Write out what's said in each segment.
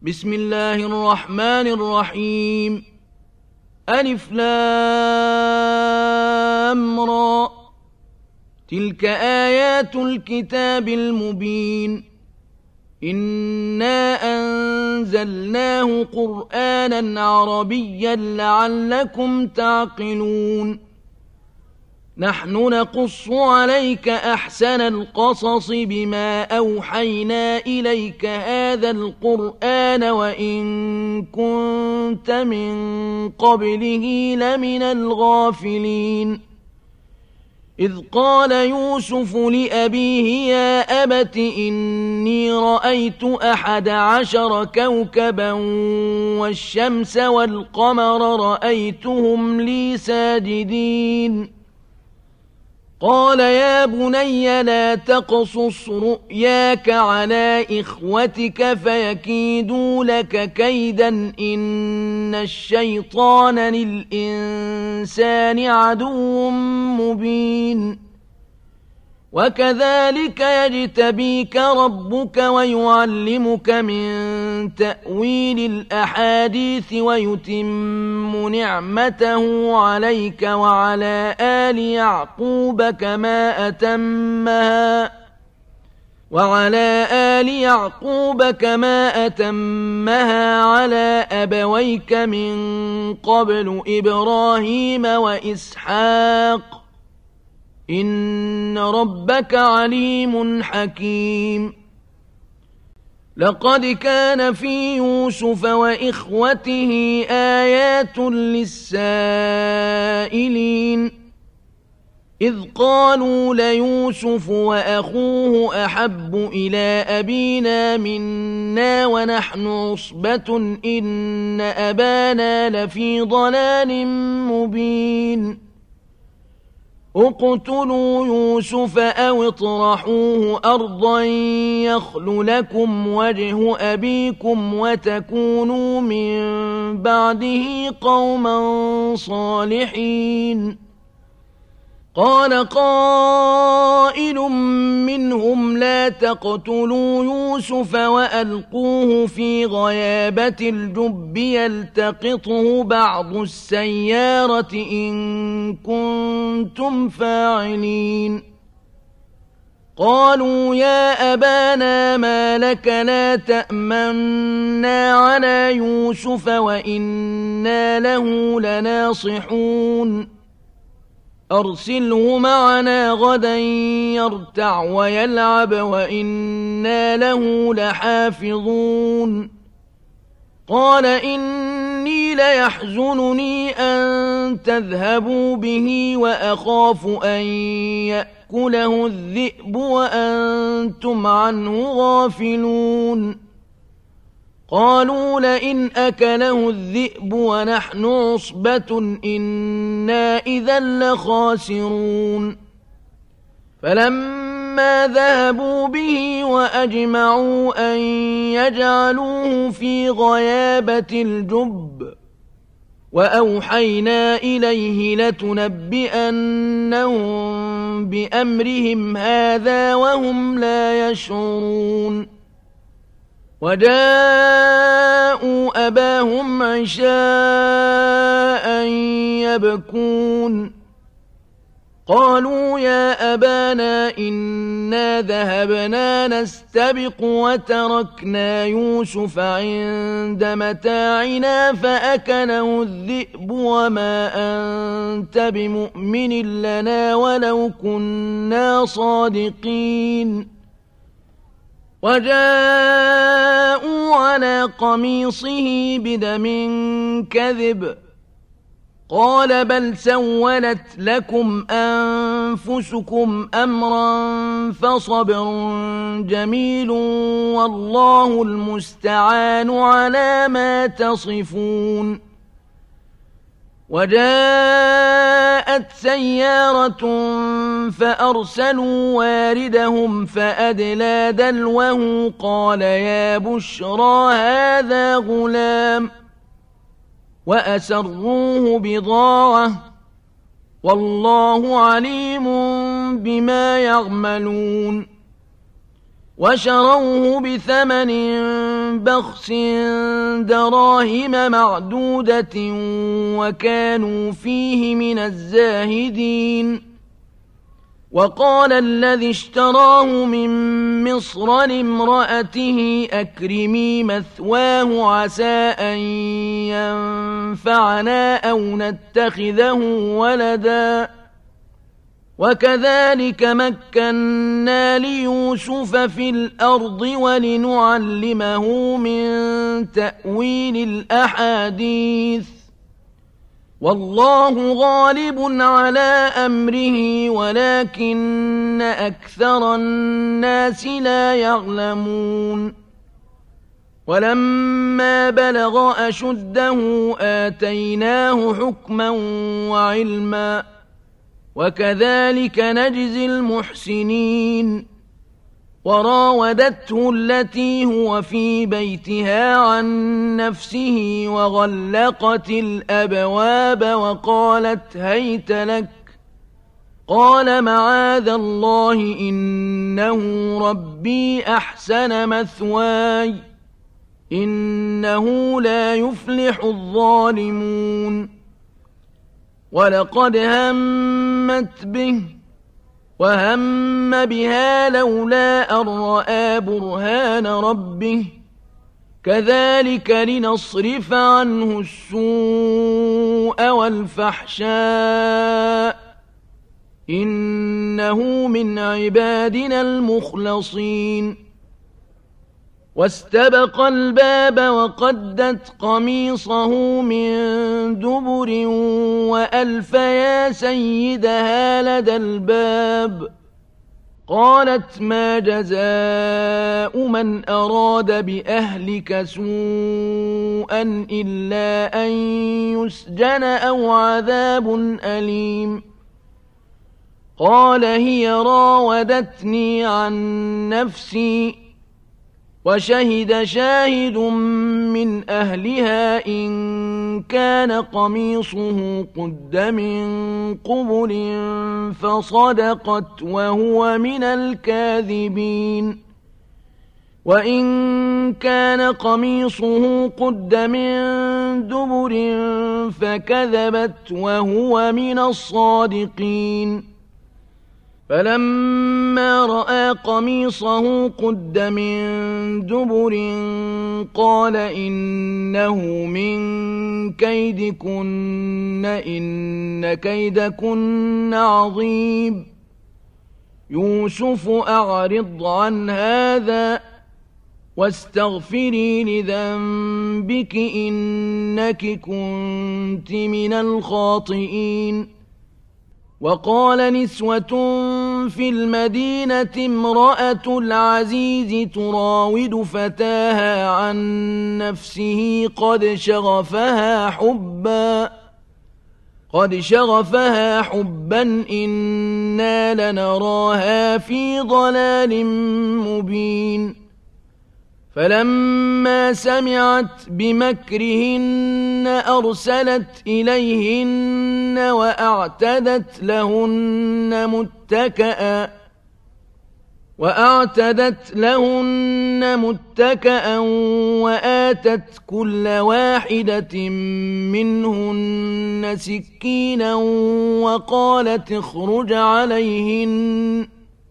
بسم الله الرحمن الرحيم ألف لام را تلك آيات الكتاب المبين إنا أنزلناه قرآنا عربيا لعلكم تعقلون نحن نقص عليك أحسن القصص بما أوحينا إليك هذا القرآن وإن كنت من قبله لمن الغافلين إذ قال يوسف لأبيه يا أبت إني رأيت 11 كوكبا والشمس والقمر رأيتهم لي ساجدين قال يا بني لا تقصص رؤياك على إخوتك فيكيدوا لك كيدا إن الشيطان للإنسان عدو مبين وكذلك يجتبيك ربك ويعلمك من تأويل الأحاديث ويتم نعمته عليك وعلى آل يعقوب كما أتمها على أبويك من قبل إبراهيم وإسحاق إن ربك عليم حكيم لقد كان في يوسف وإخوته آيات للسائلين إذ قالوا ليوسف وأخوه أحب إلى أبينا منا ونحن عصبة إن أبانا لفي ضلال مبين اقتلوا يوسف أو اطرحوه أرضا يخل لكم وجه أبيكم وتكونوا من بعده قوما صالحين قال قائل منهم لا تقتلوا يوسف وألقوه في غيابة الجب يلتقطه بعض السيارة إن كنتم فاعلين قالوا يا أبانا ما لك لا تأمنا على يوسف وإنا له لناصحون أرسله معنا غدا يرتع ويلعب وإنا له لحافظون قال إني ليحزنني أن تذهبوا به وأخاف أن يأكله الذئب وأنتم عنه غافلون قالوا لئن أكله الذئب ونحن عصبة إنا إذا لخاسرون فلما ذهبوا به وأجمعوا أن يجعلوه في غيابة الجب وأوحينا إليه لتنبئنهم بأمرهم هذا وهم لا يشعرون وجاءوا أباهم عشاء يبكون قالوا يا أبانا إنا ذهبنا نستبق وتركنا يوسف عند متاعنا فأكله الذئب وما أنت بمؤمن لنا ولو كنا صادقين وجاءوا على قميصه بدم كذب قال بل سولت لكم أنفسكم أمرا فصبر جميل والله المستعان على ما تصفون وجاءت سيارة فأرسلوا واردهم فأدلى دلوه قال يا بشرى هذا غلام وأسروه بضاعة والله عليم بما يعملون وشروه بثمن بخس دراهم معدودة وكانوا فيه من الزاهدين. وقال الذي اشتراه من مصر لامرأته أكرمي مثواه عسى أن ينفعنا أو نتخذه ولدا. وكذلك مكنا ليوسف في الأرض ولنعلمه من تأويل الأحاديث والله غالب على أمره ولكن أكثر الناس لا يعلمون. ولما بلغ أشده آتيناه حكما وعلما وكذلك نجزي المحسنين. وراودته التي هو في بيتها عن نفسه وغلقت الأبواب وقالت هيت لك قال معاذ الله إنه ربي أحسن مثواي إنه لا يفلح الظالمون. ولقد همت به وهم بها لولا أن رأى برهان ربه كذلك لنصرف عنه السوء والفحشاء إنه من عبادنا المخلصين. واستبق الباب وقدت قميصه من دبر وألف يا سيدها لدى الباب قالت ما جزاء من أراد بأهلك سوءا إلا أن يسجن أو عذاب أليم. قال هي راودتني عن نفسي وشهد شاهد من أهلها إن كان قميصه قد من قبل فصدقت وهو من الكاذبين. وإن كان قميصه قد من دبر فكذبت وهو من الصادقين. فلما رأى قميصه قد من دبر قال إنه من كيدكن إن كيدكن عظيم. يوسف أعرض عن هذا واستغفري لذنبك إنك كنت من الخاطئين. وقال نسوة في المدينة امرأة العزيز تراود فتاها عن نفسه قد شغفها حبا إنا لنراها في ضلال مبين. فلما سمعت بمكرهن أرسلت إليهن وأعتدت لهن متكأ وآتت كل واحدة منهن سكينا وقالت اخرج عليهن.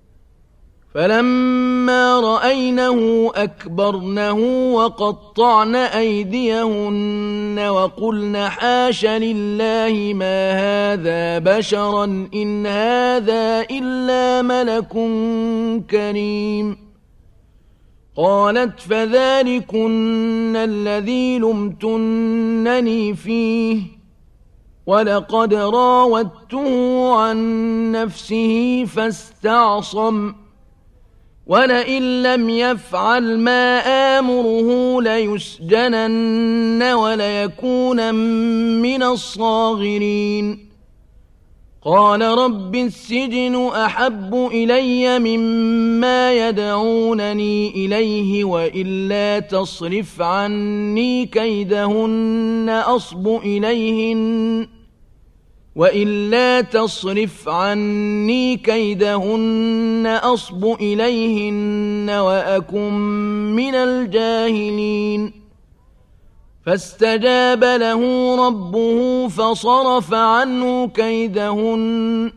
فلما رأينه أكبرنه وقطعن أيديهن وقلن حاش لله ما هذا بشرا إن هذا إلا ملك كريم. قالت فذلكن الذي لمتنني فيه ولقد راودته عن نفسه فاستعصم ولئن لم يفعل ما آمره ليسجنن وليكون من الصاغرين. قال رب السجن أحب إلي مما يدعونني إليه وإلا تصرف عني كيدهن وإلا تصرف عني كيدهن أصب إليهن وأكن من الجاهلين فاستجاب له ربه فصرف عنه كيدهن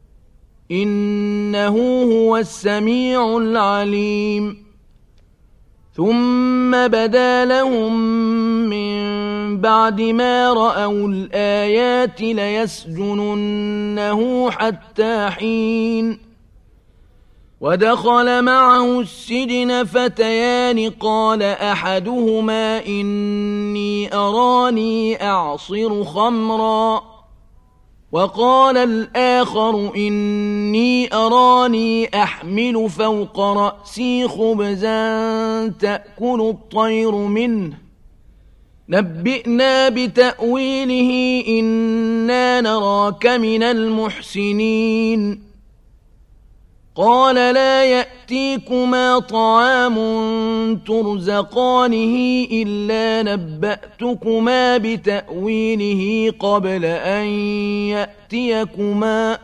إنه هو السميع العليم ثم بدا لهم من بعد ما رأوا الآيات ليسجننه حتى حين ودخل معه السجن فتيان قال أحدهما إني أراني أعصر خمرا وقال الآخر إني أراني أحمل فوق رأسي خبزا تأكل الطير منه نبئنا بتأويله إنا نراك من المحسنين قال لا يأتيكما طعام ترزقانه إلا نبأتكما بتأويله قبل أن يأتيكما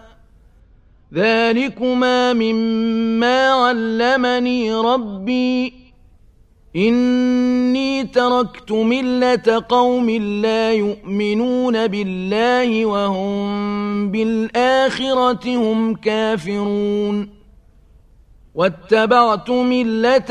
ذلكما مما علمني ربي إني تركت ملة قوم لا يؤمنون بالله وهم بالآخرة هم كافرون واتبعت ملة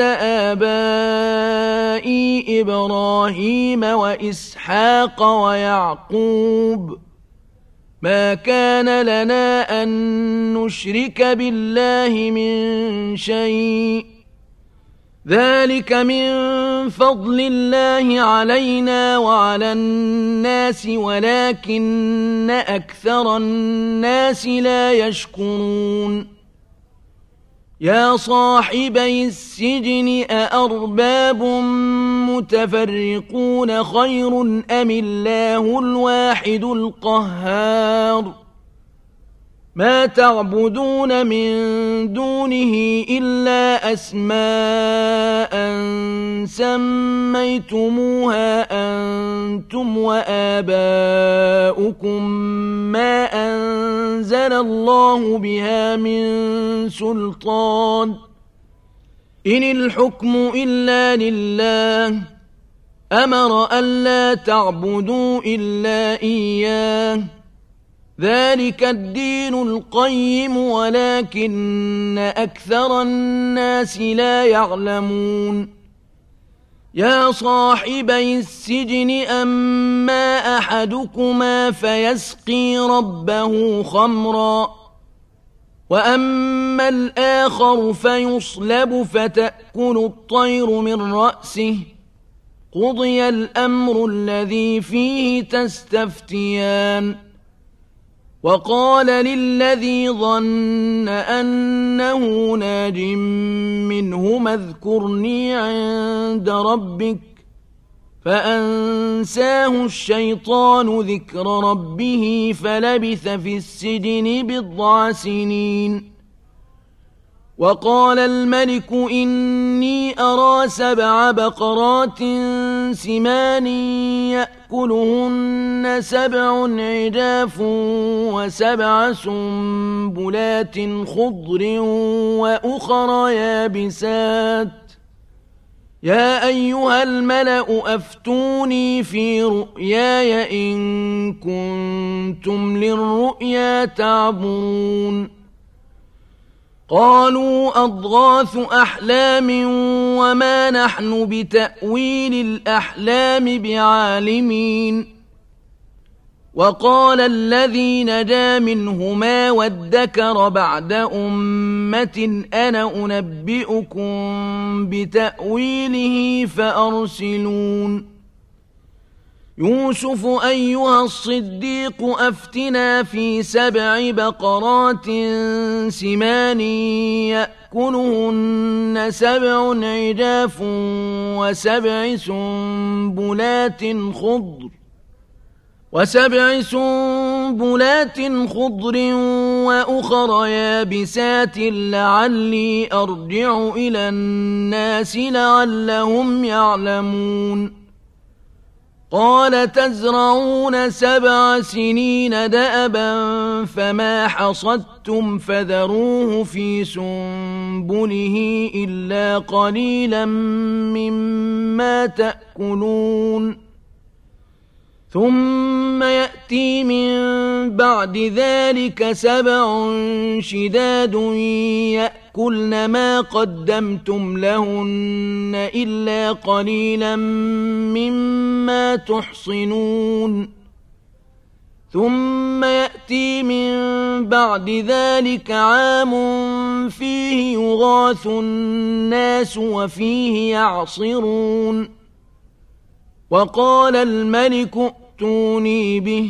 آبائي إبراهيم وإسحاق ويعقوب ما كان لنا أن نشرك بالله من شيء ذلك من فضل الله علينا وعلى الناس ولكن أكثر الناس لا يشكرون يا صاحبي السجن أأرباب متفرقون خير أم الله الواحد القهار ما تعبدون من دونه إلا أسماء سميتموها أنتم وآباؤكم ما أنزل الله بها من سلطان إن الحكم إلا لله أمر ألا تعبدوا إلا إياه ذلك الدين القيم ولكن أكثر الناس لا يعلمون يا صاحبي السجن أما أحدكما فيسقي ربه خمرا وأما الآخر فيصلب فتأكل الطير من رأسه قضي الأمر الذي فيه تستفتيان وقال للذي ظن أنه ناج منهما اذكرني عند ربك فأنساه الشيطان ذكر ربه فلبث في السجن بضع سنين وقال الملك إني أرى 7 بقرات سمان يأكلهن 7 عجاف و7 سنبلات خضر وأخر يابسات يا أيها الملأ أفتوني في رؤياي إن كنتم للرؤيا تعبرون قالوا أضغاث أحلام وما نحن بتأويل الأحلام بعالمين وقال الذي نجا منهما وادكر بعد أمة أنا أنبئكم بتأويله فأرسلون يوسف أيها الصديق أفتنا في 7 بقرات سمان يأكلهن 7 عجاف و7 سنبلات خضر وأخر يابسات لعلي أرجع إلى الناس لعلهم يعلمون قال تزرعون 7 سنين دأبا فما حصدتم فذروه في سنبله إلا قليلا مما تأكلون ثم يأتي من بعد ذلك 7 شداد يأكلن ما قدمتم لهن إلا قليلا مما تحصنون ثم يأتي من بعد ذلك عام فيه يغاث الناس وفيه يعصرون وقال الملك ائتوني به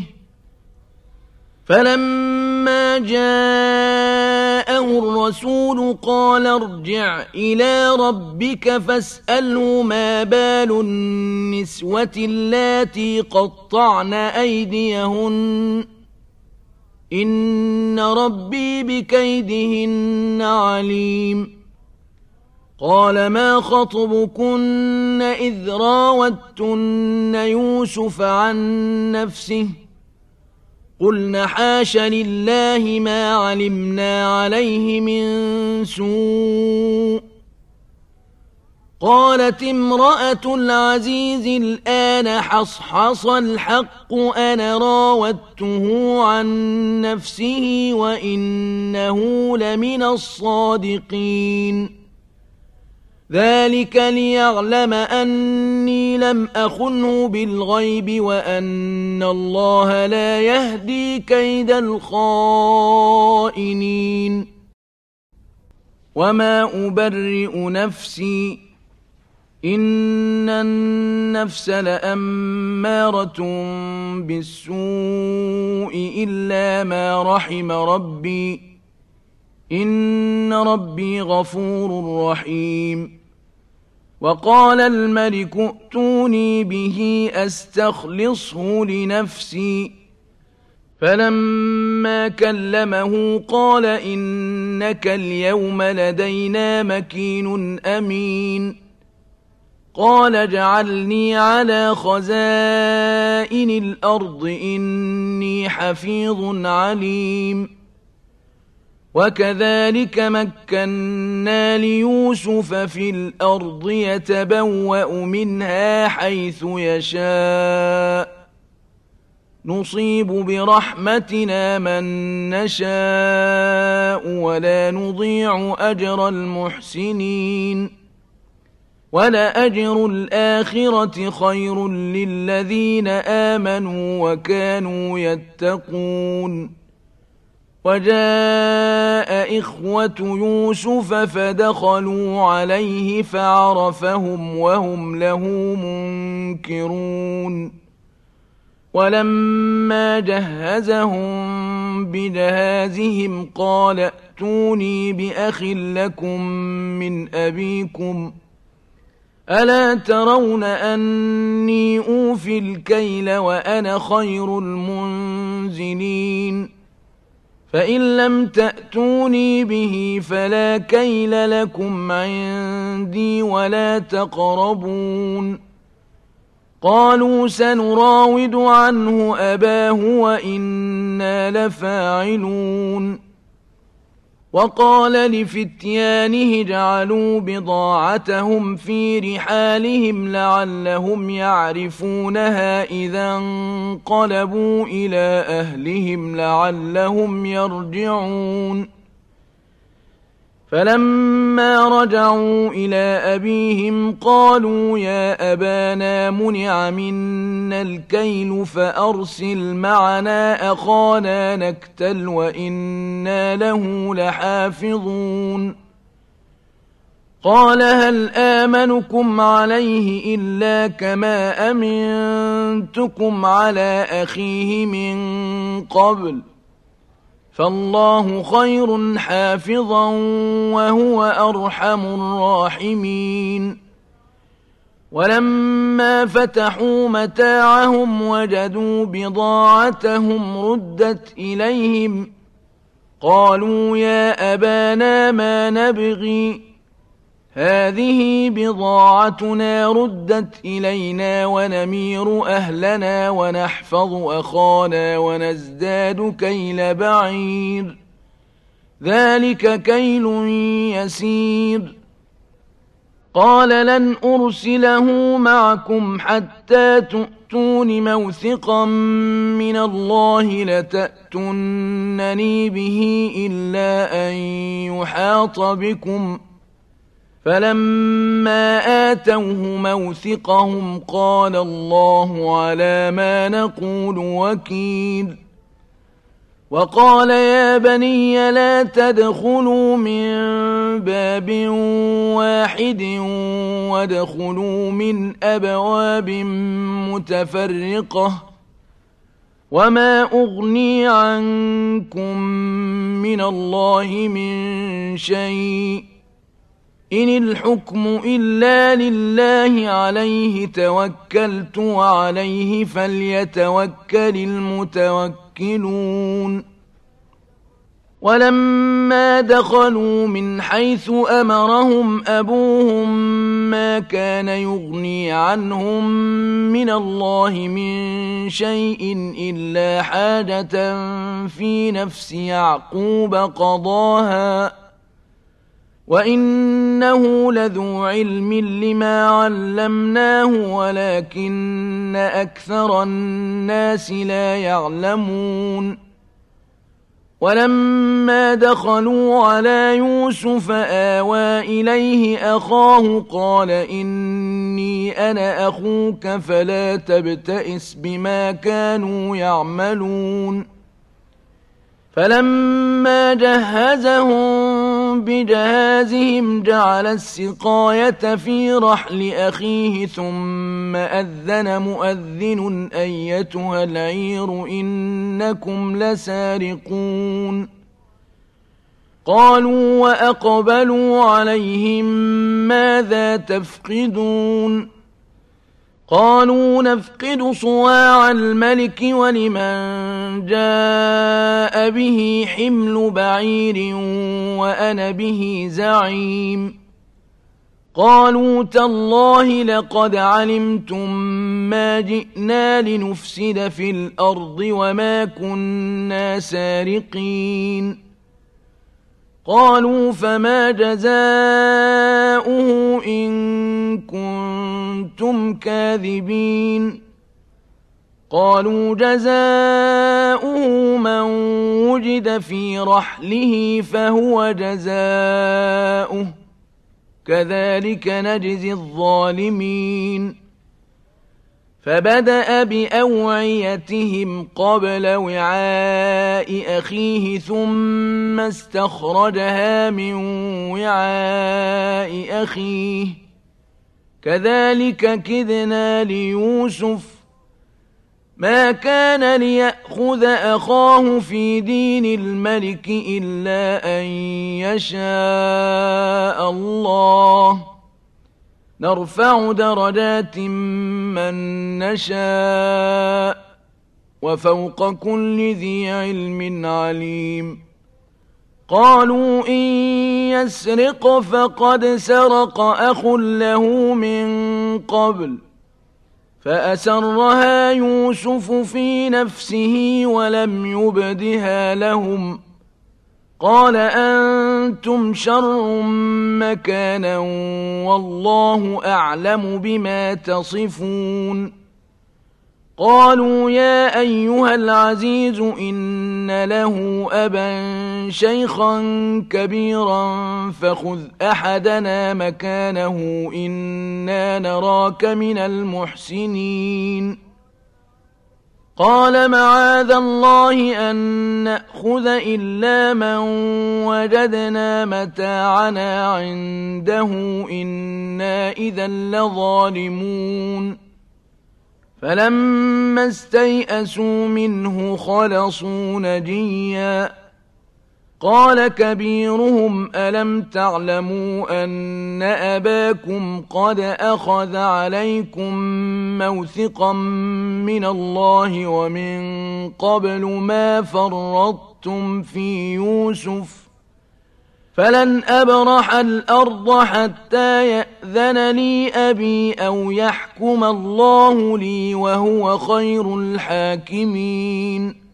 فلما جاءه الرسول قال ارجع إلى ربك فاسأله ما بال النسوة اللاتي قطعن أيديهن إن ربي بكيدهن عليم قال ما خطبكن إذ راوتن يوسف عن نفسه قلن حاش لله ما علمنا عليه من سوء قالت امرأة العزيز الآن حصحص الحق أنا راودته عن نفسه وإنه لمن الصادقين ذلك ليعلم أني لم أخنه بالغيب وأن الله لا يهدي كيد الخائنين وما أبرئ نفسي إن النفس لأمارة بالسوء إلا ما رحم ربي إن ربي غفور رحيم وقال الملك ائتوني به أستخلصه لنفسي فلما كلمه قال إنك اليوم لدينا مكين أمين قال اجعلني على خزائن الأرض إني حفيظ عليم وكذلك مكنا ليوسف في الأرض يتبوأ منها حيث يشاء نصيب برحمتنا من نشاء ولا نضيع أجر المحسنين ولأجر الآخرة خير للذين آمنوا وكانوا يتقون وجاء إخوة يوسف فدخلوا عليه فعرفهم وهم له منكرون ولما جهزهم بجهازهم قال ائتوني بأخ لكم من أبيكم ألا ترون أني أوفي الكيل وأنا خير المنزلين فإن لم تأتوني به فلا كيل لكم عندي ولا تقربون قالوا سنراود عنه أباه وإنا لفاعلون وقال لفتيانه اجعلوا بضاعتهم في رحالهم لعلهم يعرفونها إذا انقلبوا إلى أهلهم لعلهم يرجعون فلما رجعوا إلى أبيهم قالوا يا أبانا منع منا الكيل فأرسل معنا أخانا نكتل وإنا له لحافظون قال هل آمنكم عليه إلا كما أمنتكم على أخيه من قبل فالله خير حافظا وهو أرحم الراحمين ولما فتحوا متاعهم وجدوا بضاعتهم ردت إليهم قالوا يا أبانا ما نبغي هذه بضاعتنا ردت إلينا ونمير أهلنا ونحفظ أخانا ونزداد كيل بعير ذلك كيل يسير قال لن أرسله معكم حتى تؤتون موثقا من الله لتأتونني به إلا أن يحاط بكم فلما آتوه موثقهم قال الله على ما نقول وكيل وقال يا بني لا تدخلوا من باب واحد وادخلوا من أبواب متفرقة وما أغني عنكم من الله من شيء إن الحكم إلا لله عليه توكلت وعليه فليتوكل المتوكلون ولما دخلوا من حيث أمرهم أبوهم ما كان يغني عنهم من الله من شيء إلا حاجة في نفس يعقوب قضاها وإنه لذو علم لما علمناه ولكن أكثر الناس لا يعلمون ولما دخلوا على يوسف آوى إليه أخاه قال إني أنا أخوك فلا تبتئس بما كانوا يعملون فلما جهزهم بجهازهم جعل السقاية في رحل أخيه ثم أذن مؤذن أيتها العير إنكم لسارقون قالوا وأقبلوا عليهم ماذا تفقدون قالوا نفقد صواع الملك ولمن جاء به حمل بعير وأنا به زعيم قالوا تالله لقد علمتم ما جئنا لنفسد في الأرض وما كنا سارقين قالوا فما جزاؤه إن كنتم كاذبين قالوا جزاؤه من وجد في رحله فهو جزاؤه كذلك نجزي الظالمين فبدأ بأوعيتهم قبل وعاء أخيه ثم استخرجها من وعاء أخيه كذلك كدنا ليوسف ما كان ليأخذ أخاه في دين الملك إلا أن يشاء الله نرفع درجات من نشاء وفوق كل ذي علم عليم قالوا إن يسرق فقد سرق أخ له من قبل فأسرها يوسف في نفسه ولم يبدها لهم قال أنتم شر مكانا والله أعلم بما تصفون قالوا يا أيها العزيز إن له أبا شيخا كبيرا فخذ أحدنا مكانه إنا نراك من المحسنين قال معاذ الله أن نأخذ إلا من وجدنا متاعنا عنده إنا إذا لظالمون فلما استيئسوا منه خلصوا نجيا قال كبيرهم ألم تعلموا أن أباكم قد أخذ عليكم موثقا من الله ومن قبل ما فرطتم في يوسف فلن أبرح الأرض حتى يأذن لي أبي أو يحكم الله لي وهو خير الحاكمين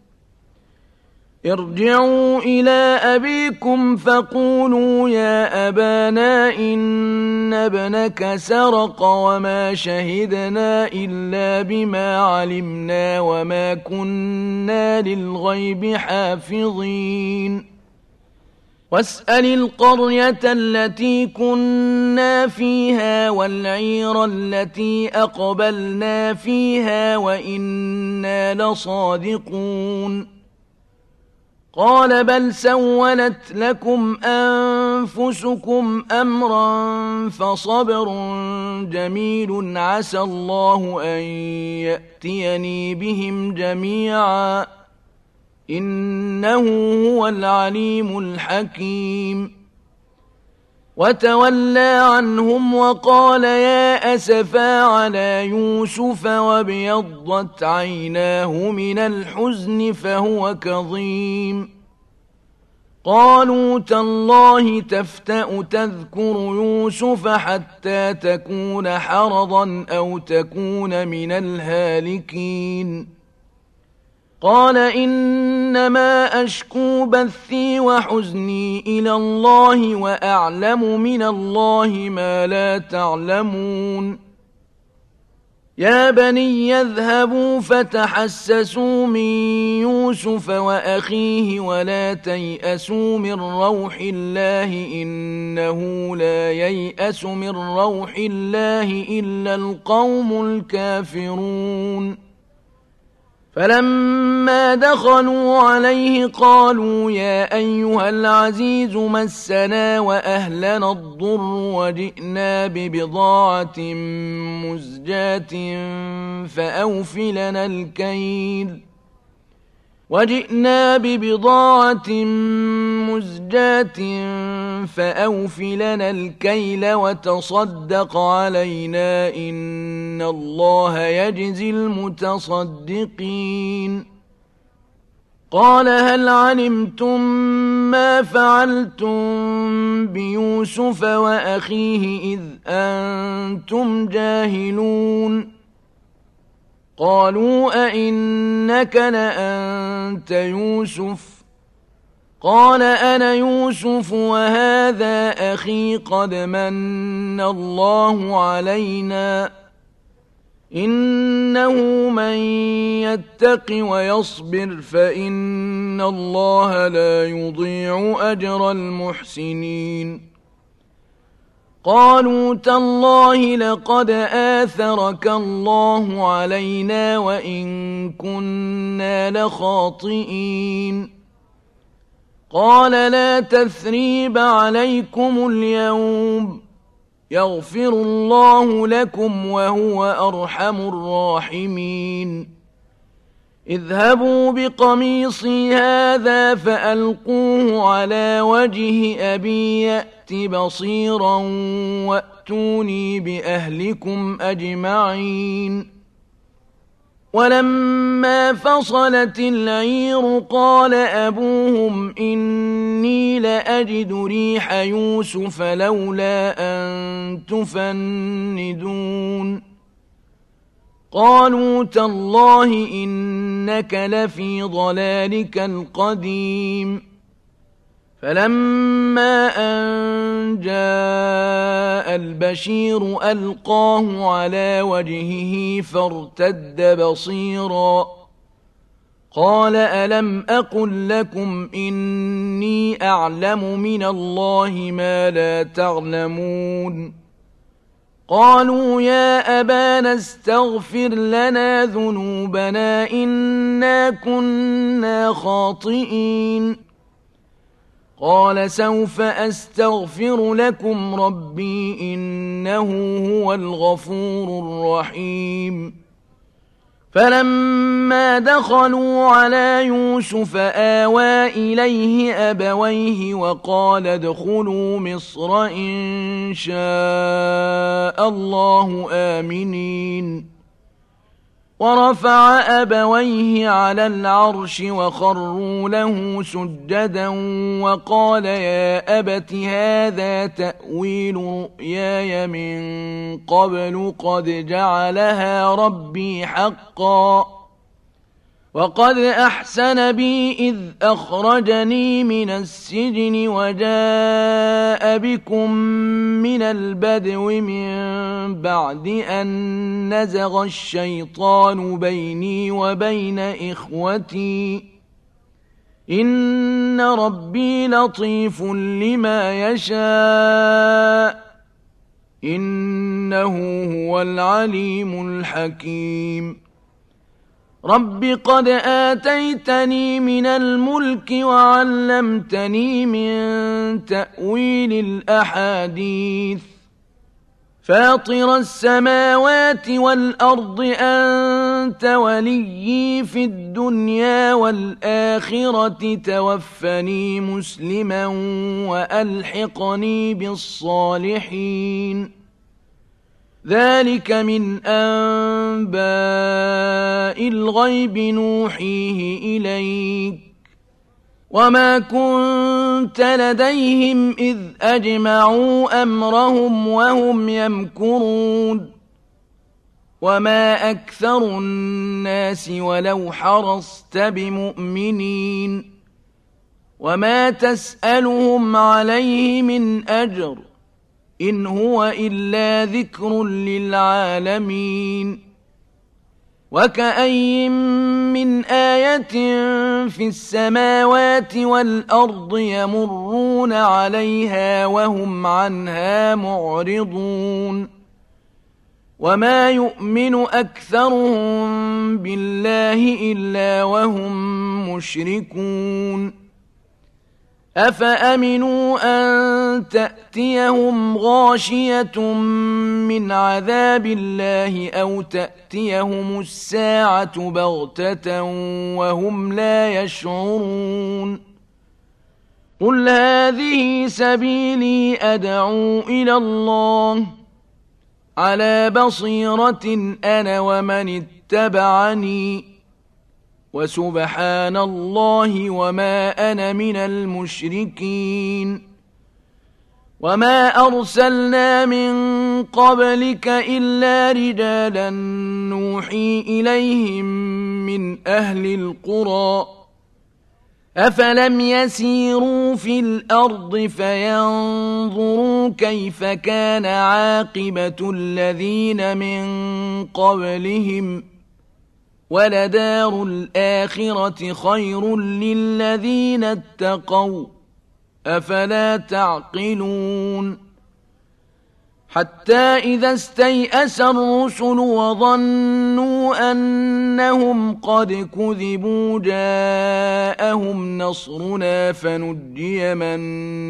ارجعوا إلى أبيكم فقولوا يا أبانا إن ابنك سرق وما شهدنا إلا بما علمنا وما كنا للغيب حافظين واسأل القرية التي كنا فيها والعير التي أقبلنا فيها وإنا لصادقون قال بل سولت لكم أنفسكم أمرا فصبر جميل عسى الله أن يأتيني بهم جميعا إنه هو العليم الحكيم وتولى عنهم وقال يا أسفا على يوسف وابيضت عيناه من الحزن فهو كظيم قالوا تالله تفتأ تذكر يوسف حتى تكون حرضا أو تكون من الهالكين قال إنما أشكو بثي وحزني إلى الله وأعلم من الله ما لا تعلمون يا بني يذهبوا فتحسسوا من يوسف وأخيه ولا تيأسوا من روح الله إنه لا ييأس من روح الله إلا القوم الكافرون فلما دخلوا عليه قالوا يا أيها العزيز مسنا وأهلنا الضر وجئنا ببضاعة مزجاة فأوف لنا الكيل وتصدق علينا إن الله يجزي المتصدقين قال هل علمتم ما فعلتم بيوسف وأخيه إذ أنتم جاهلون قالوا أئنك لأنت يوسف قال أنا يوسف وهذا أخي قد من الله علينا إنه من يتق ويصبر فإن الله لا يضيع أجر المحسنين قالوا تالله لقد آثرك الله علينا وإن كنا لخاطئين قال لا تثريب عليكم اليوم يغفر الله لكم وهو أرحم الراحمين اذهبوا بقميصي هذا فألقوه على وجه أبي يأت بصيرا وأتوني بأهلكم أجمعين ولما فصلت العير قال أبوهم إني لأجد ريح يوسف لولا أن تفندون قالوا تالله إنك لفي ضلالك القديم فلما أن جاء البشير ألقاه على وجهه فارتد بصيرا قال ألم أقل لكم إني أعلم من الله ما لا تعلمون قالوا يا أبانا استغفر لنا ذنوبنا إنا كنا خاطئين قال سوف أستغفر لكم ربي إنه هو الغفور الرحيم فلما دخلوا على يوسف آوى إليه أبويه وقال ادخلوا مصر إن شاء الله آمنين ورفع أبويه على العرش وخروا له سجدا وقال يا أبت هذا تأويل رؤياي من قبل قد جعلها ربي حقا وقد أحسن بي إذ أخرجني من السجن وجاء بكم من البدو من بعد أن نزغ الشيطان بيني وبين إخوتي إن ربي لطيف لما يشاء إنه هو العليم الحكيم رب قد آتيتني من الملك وعلمتني من تأويل الأحاديث فاطر السماوات والأرض أنت وليي في الدنيا والآخرة توفني مسلما وألحقني بالصالحين ذلك من أنباء الغيب نوحيه إليك وما كنت لديهم إذ أجمعوا أمرهم وهم يمكرون وما أكثر الناس ولو حرصت بمؤمنين وما تسألهم عليه من أجر إن هو إلا ذكر للعالمين وكأي من آية في السماوات والأرض يمرون عليها وهم عنها معرضون وما يؤمن أكثرهم بالله إلا وهم مشركون أفأمنوا أن تأتيهم غاشية من عذاب الله أو تأتيهم الساعة بغتة وهم لا يشعرون قل هذه سبيلي أدعو إلى الله على بصيرة أنا ومن اتبعني وسبحان الله وما أنا من المشركين وما أرسلنا من قبلك إلا رجالا نوحي إليهم من أهل القرى أفلم يسيروا في الأرض فينظروا كيف كان عاقبة الذين من قبلهم ولدار الآخرة خير للذين اتقوا أفلا تعقلون حتى إذا استيأس الرسل وظنوا أنهم قد كذبوا جاءهم نصرنا فنجي من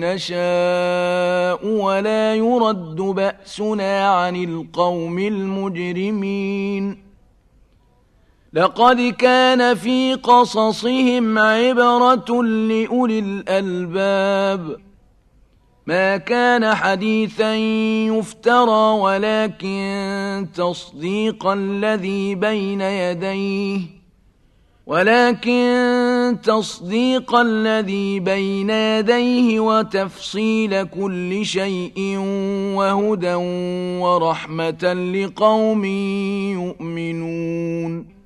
نشاء ولا يرد بأسنا عن القوم المجرمين لقد كان في قصصهم عبرة لأولي الألباب ما كان حديثا يفترى ولكن تصديق الذي بين يديه وتفصيل كل شيء وهدى ورحمة لقوم يؤمنون